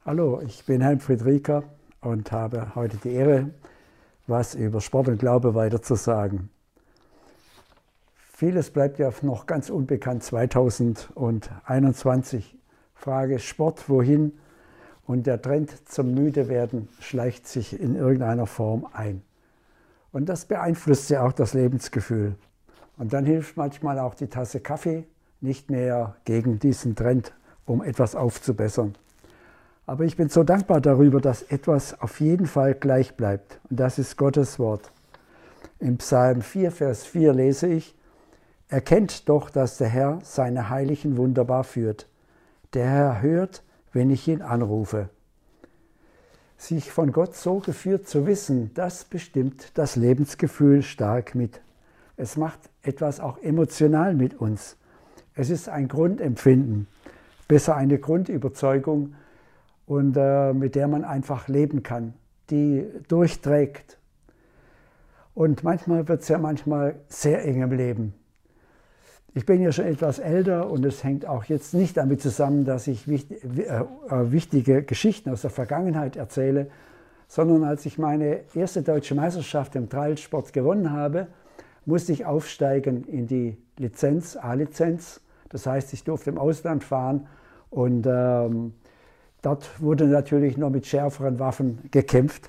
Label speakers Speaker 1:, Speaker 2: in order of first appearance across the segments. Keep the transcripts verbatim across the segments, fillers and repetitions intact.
Speaker 1: Hallo, ich bin Helmfried Rieker und habe heute die Ehre, was über Sport und Glaube weiterzusagen. Vieles bleibt ja noch ganz unbekannt zweitausendeinundzwanzig. Frage Sport, wohin? Und der Trend zum Müdewerden schleicht sich in irgendeiner Form ein. Und das beeinflusst ja auch das Lebensgefühl. Und dann hilft manchmal auch die Tasse Kaffee nicht mehr gegen diesen Trend, um etwas aufzubessern. Aber ich bin so dankbar darüber, dass etwas auf jeden Fall gleich bleibt. Und das ist Gottes Wort. Im Psalm vier, Vers vier lese ich: Erkennt doch, dass der Herr seine Heiligen wunderbar führt. Der Herr hört, wenn ich ihn anrufe. Sich von Gott so geführt zu wissen, das bestimmt das Lebensgefühl stark mit. Es macht etwas auch emotional mit uns. Es ist ein Grundempfinden, besser eine Grundüberzeugung, und äh, mit der man einfach leben kann, die durchträgt. Und manchmal wird es ja manchmal sehr eng im Leben. Ich bin ja schon etwas älter und es hängt auch jetzt nicht damit zusammen, dass ich wichtig, äh, äh, wichtige Geschichten aus der Vergangenheit erzähle, sondern als ich meine erste deutsche Meisterschaft im Trialsport gewonnen habe, musste ich aufsteigen in die Lizenz, A-Lizenz. Das heißt, ich durfte im Ausland fahren und ähm, dort wurde natürlich noch mit schärferen Waffen gekämpft.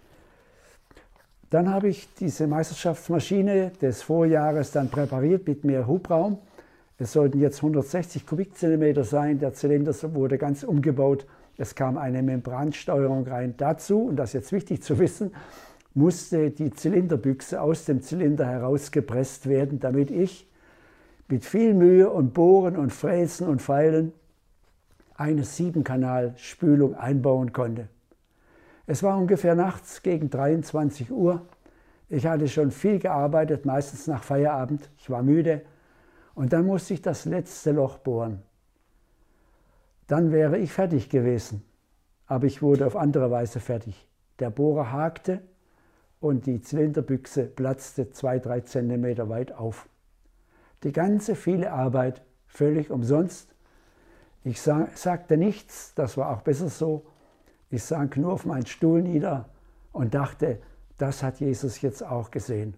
Speaker 1: Dann habe ich diese Meisterschaftsmaschine des Vorjahres dann präpariert mit mehr Hubraum. Es sollten jetzt hundertsechzig Kubikzentimeter sein. Der Zylinder wurde ganz umgebaut. Es kam eine Membransteuerung rein. Dazu, und das ist jetzt wichtig zu wissen, musste die Zylinderbüchse aus dem Zylinder herausgepresst werden, damit ich mit viel Mühe und Bohren und Fräsen und Feilen eine Siebenkanal-Spülung einbauen konnte. Es war ungefähr nachts gegen dreiundzwanzig Uhr. Ich hatte schon viel gearbeitet, meistens nach Feierabend. Ich war müde und dann musste ich das letzte Loch bohren. Dann wäre ich fertig gewesen, aber ich wurde auf andere Weise fertig. Der Bohrer hakte und die Zylinderbüchse platzte zwei, drei Zentimeter weit auf. Die ganze viele Arbeit völlig umsonst. Ich sagte nichts, das war auch besser so. Ich sank nur auf meinen Stuhl nieder und dachte, das hat Jesus jetzt auch gesehen.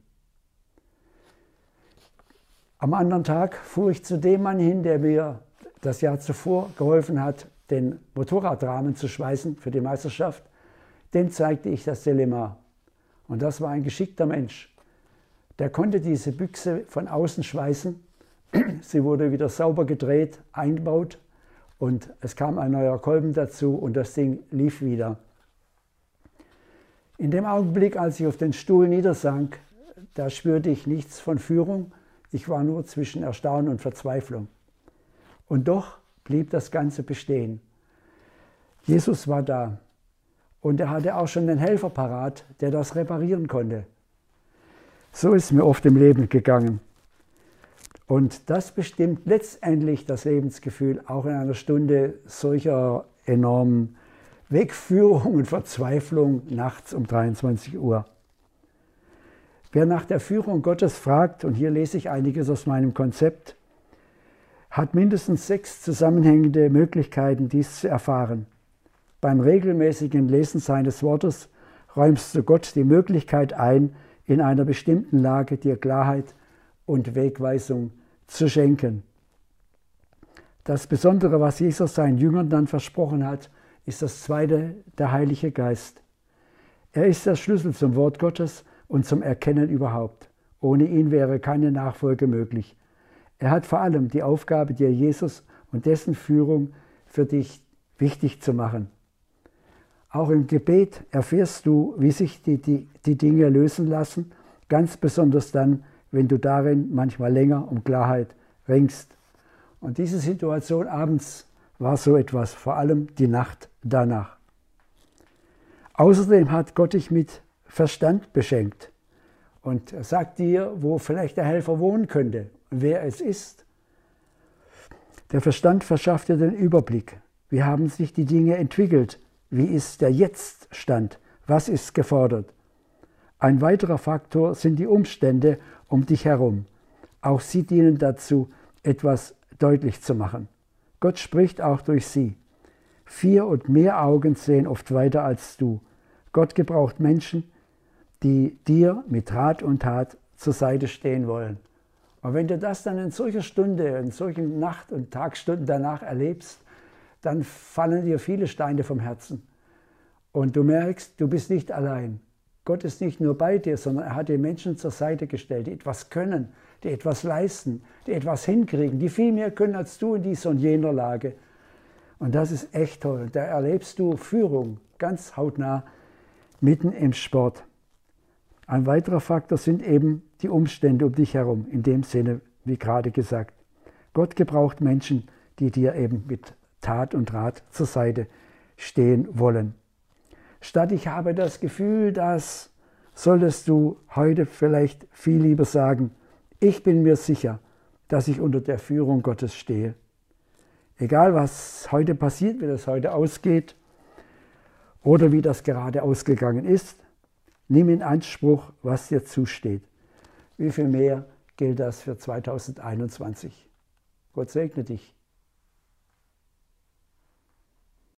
Speaker 1: Am anderen Tag fuhr ich zu dem Mann hin, der mir das Jahr zuvor geholfen hat, den Motorradrahmen zu schweißen für die Meisterschaft. Dem zeigte ich das Dilemma. Und das war ein geschickter Mensch. Der konnte diese Büchse von außen schweißen. Sie wurde wieder sauber gedreht, eingebaut. Und es kam ein neuer Kolben dazu und das Ding lief wieder. In dem Augenblick, als ich auf den Stuhl niedersank, da spürte ich nichts von Führung. Ich war nur zwischen Erstaunen und Verzweiflung. Und doch blieb das Ganze bestehen. Jesus war da und er hatte auch schon den Helfer parat, der das reparieren konnte. So ist mir oft im Leben gegangen. Und das bestimmt letztendlich das Lebensgefühl, auch in einer Stunde solcher enormen Wegführung und Verzweiflung nachts um dreiundzwanzig Uhr. Wer nach der Führung Gottes fragt, und hier lese ich einiges aus meinem Konzept, hat mindestens sechs zusammenhängende Möglichkeiten, dies zu erfahren. Beim regelmäßigen Lesen seines Wortes räumst du Gott die Möglichkeit ein, in einer bestimmten Lage dir Klarheit und Wegweisung zu schenken. Das Besondere, was Jesus seinen Jüngern dann versprochen hat, ist das zweite, der Heilige Geist. Er ist der Schlüssel zum Wort Gottes und zum Erkennen überhaupt. Ohne ihn wäre keine Nachfolge möglich. Er hat vor allem die Aufgabe, dir Jesus und dessen Führung für dich wichtig zu machen. Auch im Gebet erfährst du, wie sich die, die, die Dinge lösen lassen, ganz besonders dann, wenn du darin manchmal länger um Klarheit ringst. Und diese Situation abends war so etwas, vor allem die Nacht danach. Außerdem hat Gott dich mit Verstand beschenkt und sagt dir, wo vielleicht der Helfer wohnen könnte, wer es ist. Der Verstand verschafft dir den Überblick. Wie haben sich die Dinge entwickelt? Wie ist der Jetzt-Stand? Was ist gefordert? Ein weiterer Faktor sind die Umstände um dich herum. Auch sie dienen dazu, etwas deutlich zu machen. Gott spricht auch durch sie. Vier und mehr Augen sehen oft weiter als du. Gott gebraucht Menschen, die dir mit Rat und Tat zur Seite stehen wollen. Und wenn du das dann in solcher Stunde, in solchen Nacht- und Tagsstunden danach erlebst, dann fallen dir viele Steine vom Herzen. Und du merkst, du bist nicht allein. Gott ist nicht nur bei dir, sondern er hat dir Menschen zur Seite gestellt, die etwas können, die etwas leisten, die etwas hinkriegen, die viel mehr können als du in dieser und jener Lage. Und das ist echt toll. Da erlebst du Führung ganz hautnah mitten im Sport. Ein weiterer Faktor sind eben die Umstände um dich herum, in dem Sinne, wie gerade gesagt. Gott gebraucht Menschen, die dir eben mit Tat und Rat zur Seite stehen wollen. Statt ich habe das Gefühl, dass, solltest du heute vielleicht viel lieber sagen, ich bin mir sicher, dass ich unter der Führung Gottes stehe. Egal, was heute passiert, wie das heute ausgeht oder wie das gerade ausgegangen ist, nimm in Anspruch, was dir zusteht. Wie viel mehr gilt das für zweitausendeinundzwanzig? Gott segne dich.